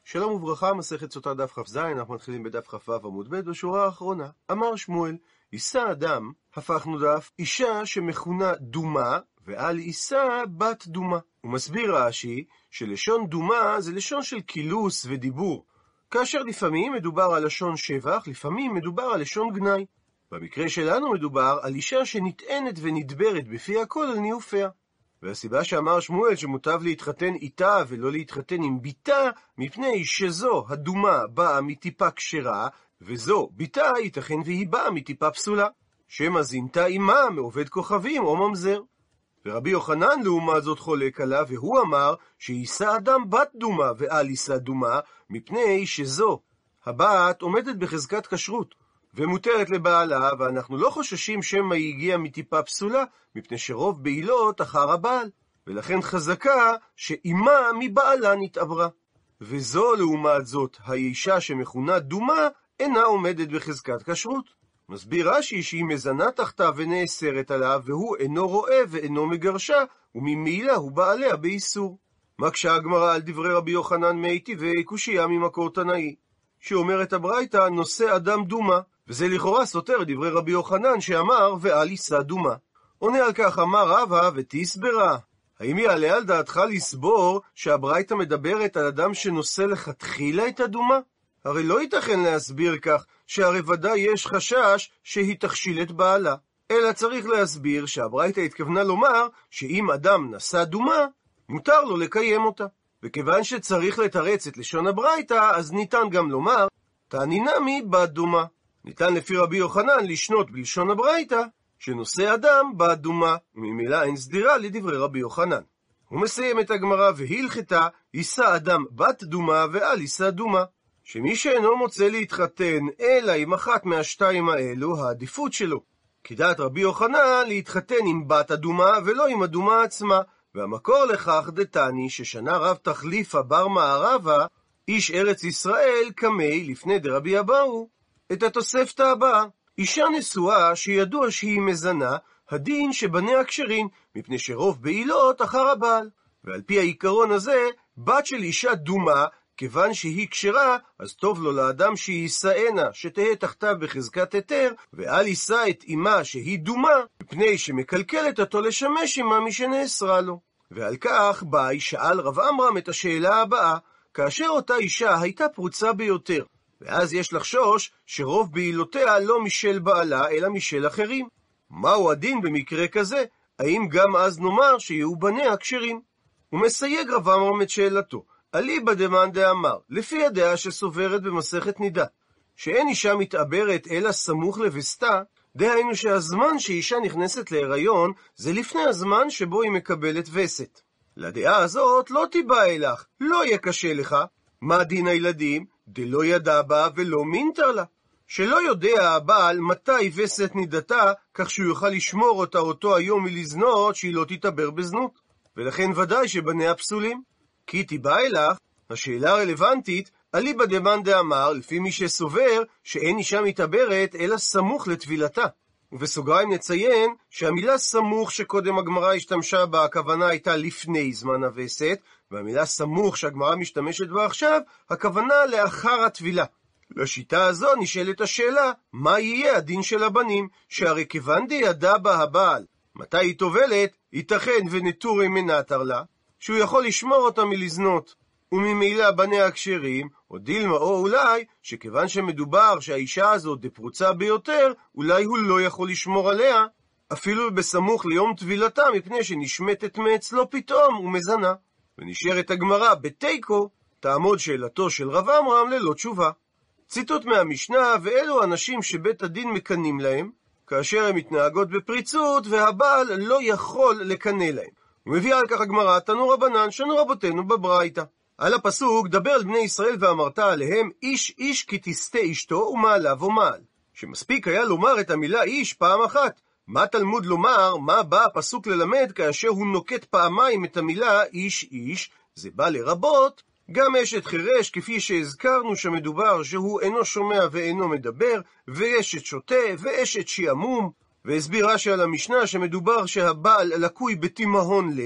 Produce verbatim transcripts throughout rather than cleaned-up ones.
שלום וברכה, מסכת סוטה דף כ"ז, אנחנו מתחילים בדף כ"ו עמוד ב' בשורה האחרונה. אמר שמואל, יישא אדם, הפכנו דף, אישה שמכונה דומה, ועל יישא בת דומה. הוא מסביר רש"י שלשון דומה זה לשון של קילוס ודיבור, כאשר לפעמים מדובר על לשון שבח, לפעמים מדובר על לשון גנאי. במקרה שלנו מדובר על אישה שנטענת ונדברת בפי הכל על ניאופיה. והסיבה שאמר שמואל שמוטב להתחתן איתה ולא להתחתן עם ביתה, מפני שזו הדומה באה מטיפה כשרה, וזו ביתה ייתכן והיא באה מטיפה פסולה, שמא זינתה אימה מעובד כוכבים או ממזר. ורבי יוחנן לעומת זאת חולק עליו, והוא אמר שיישא אדם בת דומה ועל יישא דומה, מפני שזו הבת עומדת בחזקת כשרות ומותרת לבעלה, ואנחנו לא חוששים שמא היא הגיעה מטיפה פסולה, מפני שרוב בעילות אחר הבעל, ולכן חזקה שאימה מבעלה נתעברה. וזו לעומת זאת, האישה שמכונה דומה, אינה עומדת בחזקת כשרות. מסביר רש"י שהיא מזנה תחתיו ונאסרת עליו, והוא אינו רואה ואינו מגרשה, וממילא הוא בעליה באיסור. מקשה הגמרא על דברי רבי יוחנן מייטיבי קושיה ממקור תנאי, שאומרת הברייתא נושא אדם דומה, וזה לכאורה סותר דברי רבי יוחנן שאמר ועל יישא דומה. עונה על כך אמר רבא ותסברה, האם יעלה על דעתך לסבור שהברייתא מדברת על אדם שנושא לכתחילה את הדומה? הרי לא ייתכן להסביר כך, שהרי ודאי יש חשש שהיא תכשיל את בעלה, אלא צריך להסביר שהברייתא התכוונה לומר שאם אדם נשא דומה, מותר לו לקיים אותה. וכיוון שצריך לתרץ את לשון הברייתא, אז ניתן גם לומר תענינמי בת דומה. ניתן לפי רבי יוחנן לשנות בלשון הברייתא שנושא אדם בת דומה, וממילא אין סדירה לדברי רבי יוחנן. הוא מסיים את הגמרא והלכתה יישא אדם בת דומה ועל יישא דומה, שמי שאינו מוצא להתחתן אלא עם אחת מהשתיים האלו, העדיפות שלו כדעת רבי יוחנן להתחתן עם בת הדומה ולא עם הדומה עצמה. והמקור לכך דתני ששנה רב תחליפה בר מערבה איש ארץ ישראל קמי לפני דרבי אבאו את התוספתא הבאה, אישה נשואה שידוע שהיא מזנה, הדין שבניה כשרים, מפני שרוב בעילות אחר הבעל. ועל פי העיקרון הזה, בת של אישה דומה, כיוון שהיא כשרה, אז טוב לו לאדם שיישאנה, שתהיה תחתיו בחזקת היתר, ואל יישא את אמה שהיא דומה, מפני שמקלקלת אותו לשמש עמה מי שנאסרה לו. ועל כך באי שאל רב עמרם את השאלה הבאה, כאשר אותה אישה הייתה פרוצה ביותר, ואז יש לחשוש שרוב בעילותיה לא משל בעלה, אלא משל אחרים. מהו הדין במקרה כזה? האם גם אז נאמר שיהיו בניה כשרים? הוא מסייג רב עמרם את שאלתו. אליבא דמאן דאמר, לפי הדעה שסוברת במסכת נידה, שאין אישה מתעברת אלא סמוך לבסתה, דהיינו שהזמן שאישה נכנסת להיריון זה לפני הזמן שבו היא מקבלת וסת. לדעה הזאת לא תיבא אלך, לא יהיה קשה לך. מה דין הילדים? דלא ידע בה ולא מינתר לה. שלא יודע הבעל מתי וסת נידתה, כך שהוא יוכל לשמור אותה אותו היום מלזנות שהיא לא תתעבר בזנות. ולכן ודאי שבניה פסולים. כי תיבא אלך, השאלה הרלוונטית, אליבא דמאן דאמר, לפי מי שסובר שאין אישה מתעברת אלא סמוך לטבילתה. ובסוגריים נציין שהמילה סמוך שקודם הגמרא השתמשה בה, הכוונה הייתה לפני זמן הווסת, והמילה סמוך שהגמרא משתמשת בה עכשיו, הכוונה לאחר הטבילה. לשיטה הזו נשאלת השאלה, מה יהיה הדין של הבנים? שהרי כיוון דידע בה הבעל מתי היא טובלת, ייתכן ונטורי מנתר לה, שהוא יכול לשמור אותה מלזנות, וממילא בניה כשרים, או דילמה או אולי, שכיוון שמדובר שהאישה הזאת דפרוצה ביותר, אולי הוא לא יכול לשמור עליה, אפילו בסמוך ליום טבילתה, מפני שנשמטת מאצלו פתאום ומזנה. ונשארת הגמרא בתיקו, תעמוד שאלתו של רב עמרם ללא תשובה. ציטוט מהמשנה, ואלו אנשים שבית הדין מקנים להם, כאשר הם מתנהגות בפריצות, והבעל לא יכול לקנה להם. ומביאה על כך הגמרא, תנו רבנן, שנו רבותינו בברייתא. על הפסוק, דבר על בני ישראל ואמרת עליהם, איש איש כי תסתה אשתו ומעליו ומעל. שמספיק היה לומר את המילה איש פעם אחת. מה תלמוד לומר, מה בא הפסוק ללמד כאשר הוא נוקט פעמיים את המילה איש איש? זה בא לרבות גם אשת חירש, כפי שהזכרנו שמדובר שהוא אינו שומע ואינו מדבר, ואשת שוטה ואשת שיעמום. והסביר רש"י על המשנה שמדובר שהבעל לקוי בתימהון לב,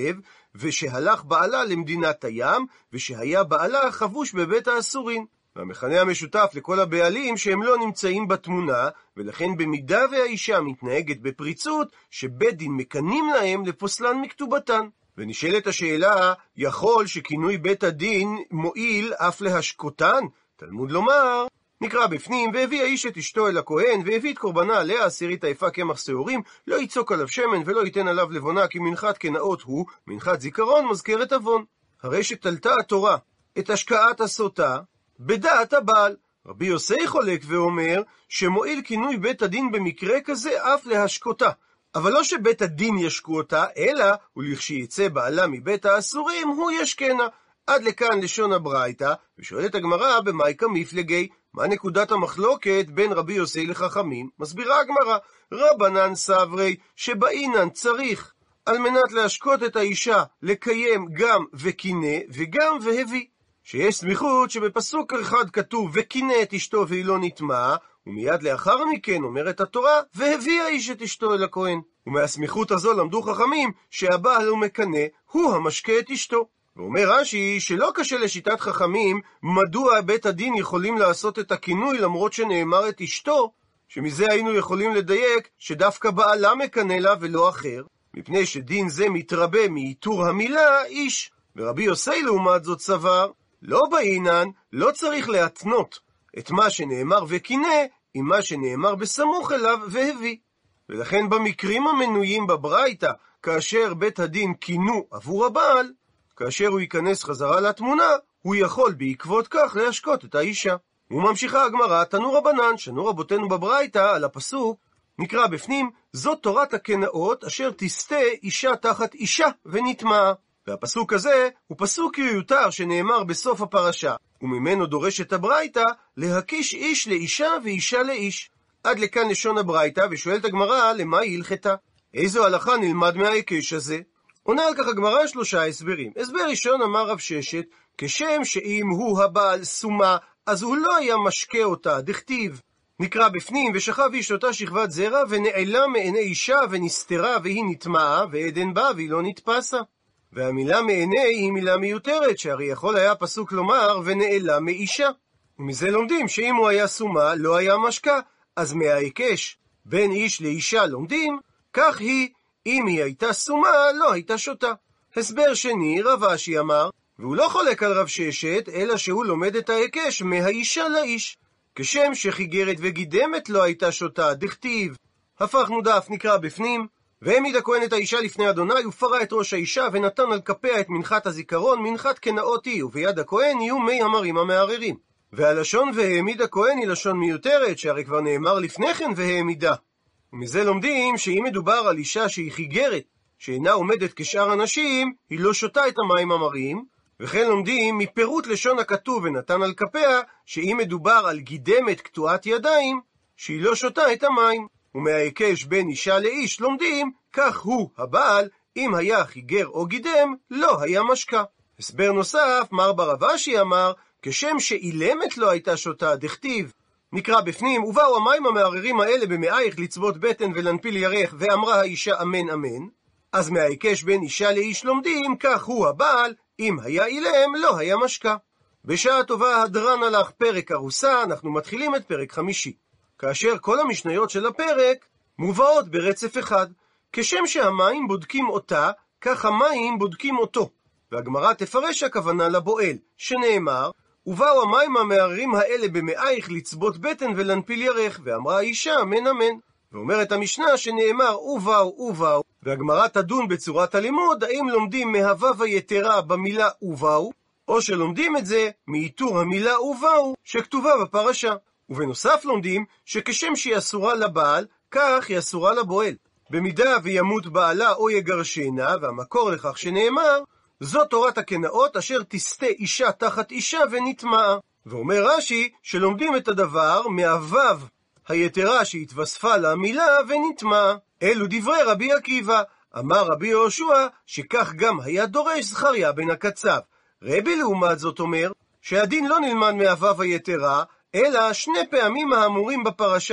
ושהלך בעלה למדינת הים, ושהיה בעלה חבוש בבית האסורים. והמכנה המשותף לכל הבעלים שהם לא נמצאים בתמונה, ולכן במידה והאישה מתנהגת בפריצות, שבית דין מקנים להם לפוסלן מכתובתן. ונשאלת השאלה, יכול שכינוי בית הדין מועיל אף להשקותן? תלמוד לומר, נקרא בפנים, והביא האיש את אשתו אל הכהן, והביא את קורבנה עליה עשירית היפה קמח שעורים, לא יצוק עליו שמן ולא ייתן עליו לבונה, כי מנחת כנאות הוא, מנחת זיכרון מזכרת עוון. הרי שתלתה התורה את השקעת הסוטה בדעת הבעל. רבי יוסי חולק ואומר שמועיל כינוי בית הדין במקרה כזה אף להשקותה, אבל לא שבית הדין ישקו אותה, אלא ולכשיצא בעלה מבית האסורים הוא ישקנה. עד לכאן לשון הברייתא, ושואלת הגמרא במאי מפלגי, מה נקודת המחלוקת בין רבי יוסי לחכמים? מסבירה הגמרא, רבנן סברי שבאינן צריך על מנת להשקות את האישה לקיים גם וקינא וגם והביא, שיש סמיכות שבפסוק אחד כתוב וקינא את אשתו והיא לא נטמעה, ומיד לאחר מכן אומרת התורה והביא האיש את אשתו אל הכהן. ומהסמיכות הזו למדו חכמים שהבעל הוא מקנא, הוא המשקה את אשתו. ואומר רש"י שלא קשה לשיטת חכמים מדוע בית הדין יכולים לעשות את הכינוי למרות שנאמר את אשתו, שמזה היינו יכולים לדייק שדווקא בעלה מקנא לה ולא אחר, מפני שדין זה מתרבה מאיתור המילה איש. ורבי יוסי לעומת זאת סבר, לא בעינן, לא צריך להתנות את מה שנאמר וקינא עם מה שנאמר בסמוך אליו והביא. ולכן במקרים המנויים בברייתא, כאשר בית הדין קינו עבור הבעל, כאשר הוא ייכנס חזרה לתמונה, הוא יכול בעקבות כך להשקות את האישה. וממשיכה הגמרא, תנו רבנן, שנו רבותינו בברייתא על הפסוק, נקרא בפנים, זאת תורת הקנאות אשר תסתה אישה תחת אישה ונטמעה. והפסוק הזה הוא פסוק מיותר שנאמר בסוף הפרשה, וממנו דורשת הברייתא להקיש איש לאישה ואישה לאיש. עד לכאן לשון הברייתא, ושואלת הגמרא למה היא הלכתה? איזו הלכה נלמד מההיקש הזה? עונה על כך הגמרא שלושה הסברים. הסבר ראשון אמר רב ששת, כשם שאם הוא הבעל סומה, אז הוא לא היה משקה אותה, דכתיב. נקרא בפנים, ושכב איש אותה שכבת זרע, ונעלה מעיני אישה, ונסתרה, והיא נטמעה, ועדן בה, והיא לא נתפסה. והמילה מעיני היא מילה מיותרת, שהרי יכול היה פסוק לומר, ונעלה מאישה. ומזה לומדים שאם הוא היה סומה, לא היה משקה. אז מההיקש בין איש לאישה לומדים, כך היא, אם היא הייתה סומה, לא הייתה שותה. הסבר שני, רב אשי אמר, והוא לא חולק על רב ששת, אלא שהוא לומד את ההיקש מהאישה לאיש. כשם שחיגרת וגידמת לא הייתה שותה, דכתיב. הפכנו דף, נקרא בפנים, והעמיד הכהן את האישה לפני אדוני, ופרע את ראש האישה, ונתן על כפיה את מנחת הזיכרון, מנחת כנאות היא, וביד הכהן יהיו מי המרים המערערים. והלשון והעמיד הכהן היא לשון מיותרת, שהרי כבר נאמר לפני כן והעמידה. ומזה לומדים שאם מדובר על אישה שהיא חיגרת, שאינה עומדת כשאר הנשים, היא לא שותה את המים המרים, וכן לומדים מפירוט לשון הכתוב ונתן על כפיה, שאם מדובר על גידמת קטועת ידיים, שהיא לא שותה את המים. ומההיקש בין אישה לאיש לומדים, כך הוא, הבעל, אם היה חיגר או גידם, לא היה משקה. הסבר נוסף, מר ברב אשי אמר, כשם שאילמת לא הייתה שותה, דכתיב. נקרא בפנים, ובאו המים המערערים האלה במאייך לצבות בטן ולנפיל ירך, ואמרה האישה אמן אמן. אז מההיקש בין אישה לאיש לומדים, כך הוא הבעל, אם היה אילם, לא היה משקה. בשעה טובה הדרן הלך פרק ארוסה, אנחנו מתחילים את פרק חמישי. כאשר כל המשניות של הפרק מובאות ברצף אחד. כשם שהמים בודקים אותה, כך המים בודקים אותו. והגמרא תפרש הכוונה לבועל, שנאמר, ובאו המים המערערים האלה במאייך לצבות בטן ולנפיל ירך, ואמרה האישה אמן אמן. ואומרת המשנה שנאמר ובאו ובאו, והגמרא תדון בצורת הלימוד, האם לומדים מהוו היתרה במילה ובאו, או שלומדים את זה מאיתור המילה ובאו שכתובה בפרשה. ובנוסף לומדים שכשם שהיא אסורה לבעל, כך היא אסורה לבועל. במידה וימות בעלה או יגרשנה, והמקור לכך שנאמר, זאת תורת הקנאות אשר תסתה אישה תחת אישה ונטמעה. ואומר רש"י שלומדים את הדבר מהוו היתרה שהתווספה למילה ונטמעה. אלו דברי רבי עקיבא. אמר רבי יהושע שכך גם היה דורש זכריה בן הקצב. רבי לעומת זאת אומר שהדין לא נלמד מהוו היתרה, אלא שני פעמים האמורים בפרשה,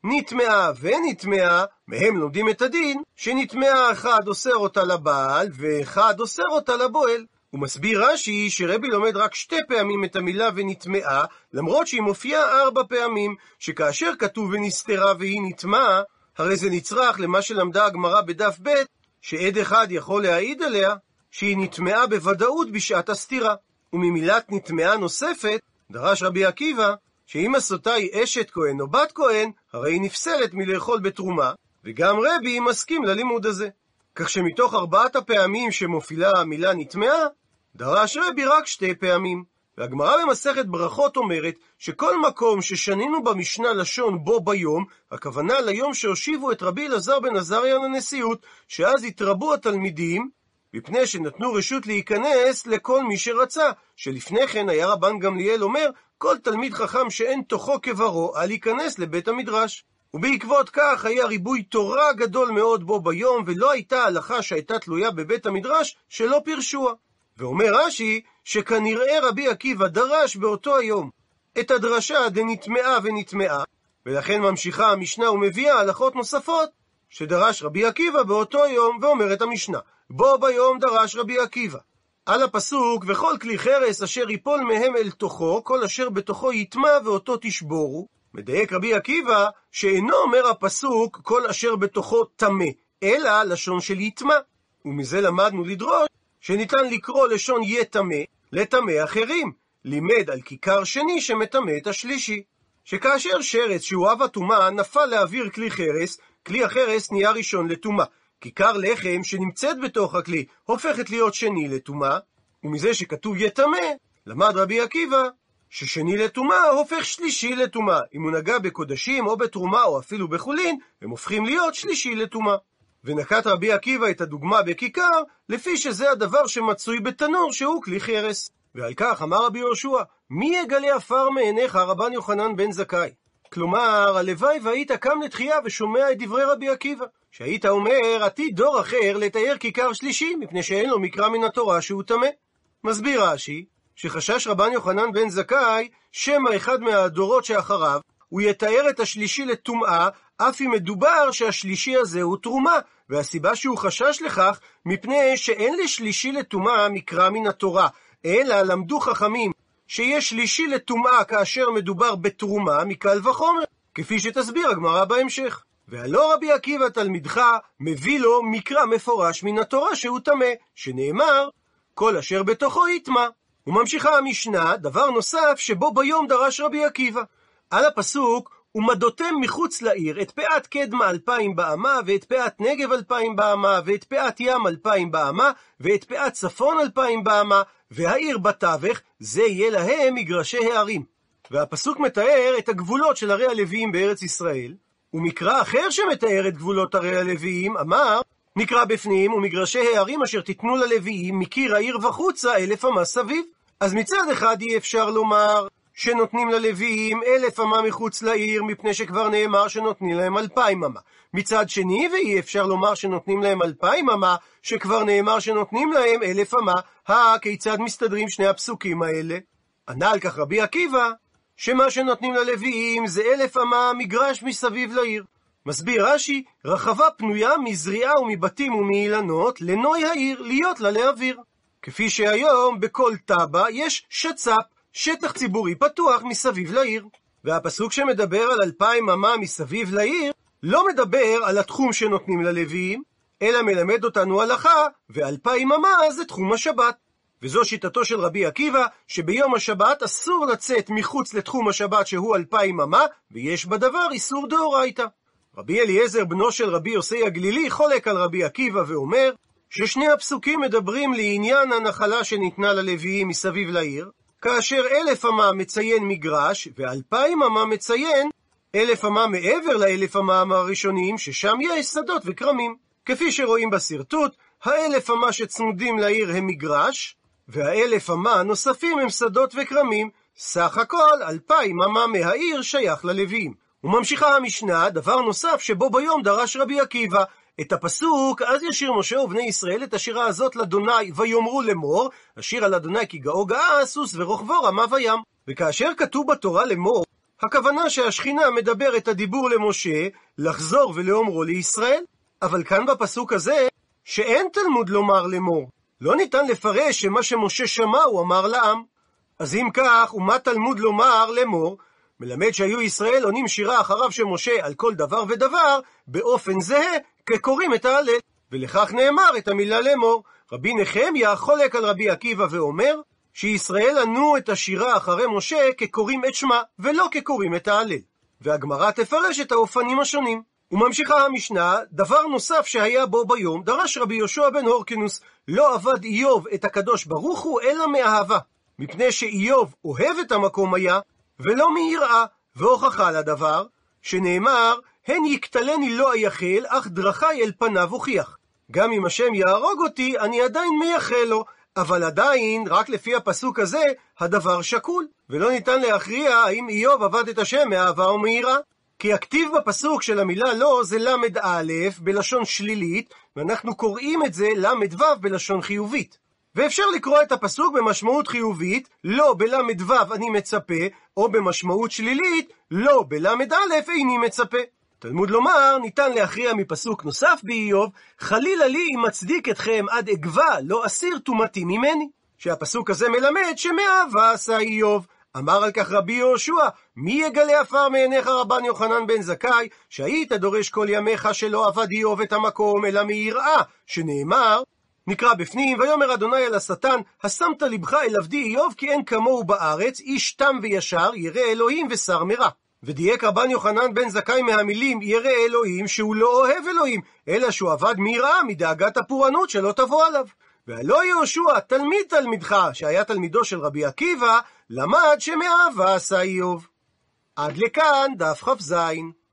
נטמעה ונטמעה, מהם לומדים את הדין, שנטמעה אחד אוסר אותה לבעל, ואחד אוסר אותה לבועל. הוא מסביר רש"י שרבי לומד רק שתי פעמים את המילה ונטמעה, למרות שהיא מופיעה ארבע פעמים, שכאשר כתוב ונסתרה והיא נטמעה, הרי זה נצרך למה שלמדה הגמרא בדף ב', שעד אחד יכול להעיד עליה, שהיא נטמעה בוודאות בשעת הסתירה. וממילת נטמעה נוספת, דרש רבי עקיבא, שאם הסוטה היא אשת כהן או בת כהן, הרי היא נפסלת מלאכול בתרומה, וגם רבי מסכים ללימוד הזה. כך שמתוך ארבעת הפעמים שמופיעה המילה נטמעה, דרש רבי רק שתי פעמים. והגמרא במסכת ברכות אומרת שכל מקום ששנינו במשנה לשון בו ביום, הכוונה ליום שהושיבו את רבי אלעזר בן עזריה לנשיאות, שאז התרבו התלמידים, מפני שנתנו רשות להיכנס לכל מי שרצה, שלפני כן היה רבן גמליאל אומר, כל תלמיד חכם שאין תוכו כברו, אל ייכנס לבית המדרש. ובעקבות כך היה ריבוי תורה גדול מאוד בו ביום, ולא הייתה הלכה שהייתה תלויה בבית המדרש שלא פירשוה. ואומר רש"י שכנראה רבי עקיבא דרש באותו היום את הדרשה דנטמעה ונטמעה, ולכן ממשיכה המשנה ומביאה הלכות נוספות שדרש רבי עקיבא באותו יום, ואומרת המשנה, בו ביום דרש רבי עקיבא. על הפסוק, וכל כלי חרס אשר יפול מהם אל תוכו, כל אשר בתוכו יטמע ואותו תשבורו, מדייק רבי עקיבא שאינו אומר הפסוק כל אשר בתוכו טמא, אלא לשון של יטמע. ומזה למדנו לדרוש שניתן לקרוא לשון יטמא לטמא אחרים. לימד על כיכר שני שמטמא את השלישי, שכאשר שרץ שהוא אב הטומאה נפל לאוויר כלי חרס, כלי החרס נהיה ראשון לטומאה. כיכר לחם שנמצאת בתוך הכלי הופכת להיות שני לטומאה, ומזה שכתוב יטמא, למד רבי עקיבא ששני לטומאה הופך שלישי לטומאה. אם הוא נגע בקודשים או בתרומה או אפילו בחולין, הם הופכים להיות שלישי לטומאה. ונקט רבי עקיבא את הדוגמה בכיכר, לפי שזה הדבר שמצוי בתנור שהוא כלי חרס. ועל כך אמר רבי יהושע, מי יגלה עפר מעיניך רבן יוחנן בן זכאי? כלומר, הלוואי והיית קם לתחייה ושומע את דברי רבי עקיבא, שהיית אומר, עתיד דור אחר לתאר כיכר שלישי, מפני שאין לו מקרא מן התורה שהוא טמא. מסביר רש"י, שחשש רבן יוחנן בן זכאי, שמא אחד מהדורות שאחריו, הוא יתאר את השלישי לטומאה, אף אם מדובר שהשלישי הזה הוא תרומה, והסיבה שהוא חשש לכך, מפני שאין לשלישי לטומאה מקרא מן התורה, אלא למדו חכמים שיש שלישי לטומאה כאשר מדובר בתרומה מקל וחומר, כפי שתסביר הגמרא בהמשך. והלא רבי עקיבא תלמידך מביא לו מקרא מפורש מן התורה שהוא טמא, שנאמר כל אשר בתוכו יטמע. וממשיכה המשנה, דבר נוסף שבו ביום דרש רבי עקיבא. על הפסוק, ומדותם מחוץ לעיר את פאת קדמה אלפיים באמה, ואת פאת נגב אלפיים באמה, ואת פאת ים אלפיים באמה, ואת פאת צפון אלפיים באמה, והעיר בתווך, זה יהיה להם מגרשי הערים. והפסוק מתאר את הגבולות של ערי הלוויים בארץ ישראל, ומקרא אחר שמתאר את גבולות ערי הלוויים אמר, נקרא בפנים, ומגרשי הערים אשר תיתנו ללוויים מקיר העיר וחוצה אלף אמה סביב. אז מצד אחד אי אפשר לומר שנותנים ללוויים אלף אמה מחוץ לעיר, מפני שכבר נאמר שנותנים להם אלפיים אמה. מצד שני, ואי אפשר לומר שנותנים להם אלפיים אמה, שכבר נאמר שנותנים להם אלף אמה. הכיצד מסתדרים שני הפסוקים האלה? ענה על כך רבי עקיבא, שמה שנותנים ללוויים זה אלף אמה מגרש מסביב לעיר. מסביר רש"י, רחבה פנויה מזריעה ומבתים ומאילנות לנוי העיר, להיות לה לאוויר. כפי שהיום בכל טבע יש שצ"פ, שטח ציבורי פתוח מסביב לעיר. והפסוק שמדבר על אלפיים אמה מסביב לעיר, לא מדבר על התחום שנותנים ללוויים, אלא מלמד אותנו הלכה, ואלפיים אמה זה תחום השבת. וזו שיטתו של רבי עקיבא, שביום השבת אסור לצאת מחוץ לתחום השבת שהוא אלפיים אמה, ויש בדבר איסור דאורייתא. רבי אליעזר בנו של רבי יוסי הגלילי חולק על רבי עקיבא ואומר, ששני הפסוקים מדברים לעניין הנחלה שניתנה ללוויים מסביב לעיר, כאשר אלף אמה מציין מגרש, ואלפיים אמה מציין אלף אמה מעבר לאלף אמה הראשונים, ששם יש שדות וקרמים. כפי שרואים בסרטוט, האלף אמה שצמודים לעיר הם מגרש, והאלף אמה הנוספים הם שדות וקרמים. סך הכל אלפיים אמה מהעיר שייך ללוויים. וממשיכה המשנה, דבר נוסף שבו ביום דרש רבי עקיבא, את הפסוק, אז ישיר משה ובני ישראל את השירה הזאת לאדוני ויאמרו לאמור, השיר על אדוני כי גאו גאה הסוס ורוכבו רמה וים. וכאשר כתוב בתורה לאמור, הכוונה שהשכינה מדבר את הדיבור למשה לחזור ולאומרו לישראל. אבל כאן בפסוק הזה שאין תלמוד לומר לאמור, לא ניתן לפרש שמה שמשה שמע הוא אמר לעם. אז אם כך, ומה תלמוד לומר לאמור? מלמד שהיו ישראל עונים שירה אחריו של משה על כל דבר ודבר באופן זהה כקוראים את ההלל, ולכך נאמר את המילה לאמור. רבי נחמיה חולק על רבי עקיבא ואומר שישראל ענו את השירה אחרי משה כקוראים את שמה ולא כקוראים את ההלל, והגמרא תפרש את האופנים השונים. וממשיכה המשנה, דבר נוסף שהיה בו ביום, דרש רבי יהושע בן הורקנוס, לא עבד איוב את הקדוש ברוך הוא אלא מאהבה, מפני שאיוב אוהב את המקום היה ולא מיראה, והוכחה לדבר שנאמר הן יקטלני לא אייחל אך דרכי אל פניו הוכיח. גם אם השם יהרוג אותי אני עדיין מייחל לו, אבל עדיין רק לפי הפסוק הזה הדבר שקול, ולא ניתן להכריע האם איוב עבד את השם מאהבה או מיראה, כי הכתיב בפסוק של המילה לא זה למד א' בלשון שלילית, ואנחנו קוראים את זה למד ו' בלשון חיובית. ואפשר לקרוא את הפסוק במשמעות חיובית, לא בלמד ו' אני מצפה, או במשמעות שלילית, לא בלמד א' איני מצפה. תלמוד לומר, ניתן להכריע מפסוק נוסף באיוב, חלילה לי אם מצדיק אתכם עד אגבה, לא אסיר תומתי ממני. שהפסוק הזה מלמד שמאהבה עשה איוב. אמר על כך רבי יהושע, מי יגלה עפר מעיניך רבן יוחנן בן זכאי, שהיית דורש כל ימיך שלא עבד איוב את המקום, אלא מיראה, שנאמר, נקרא בפנים, ויאמר אדוני אל השטן, השמת לבך אל עבדי איוב, כי אין כמוהו בארץ, איש תם וישר, ירא אלוהים ושר מרע. ודייק רבן יוחנן בן זכאי מהמילים ירא אלוהים, שהוא לא אוהב אלוהים, אלא שהוא עבד מיראה מדאגת הפורענות שלא תבוא עליו. והלא יהושע, תלמיד תלמידך, שהיה תלמידו של רבי עקיבא, למד שמאהבה עשה איוב. עד לכאן דף כ"ז.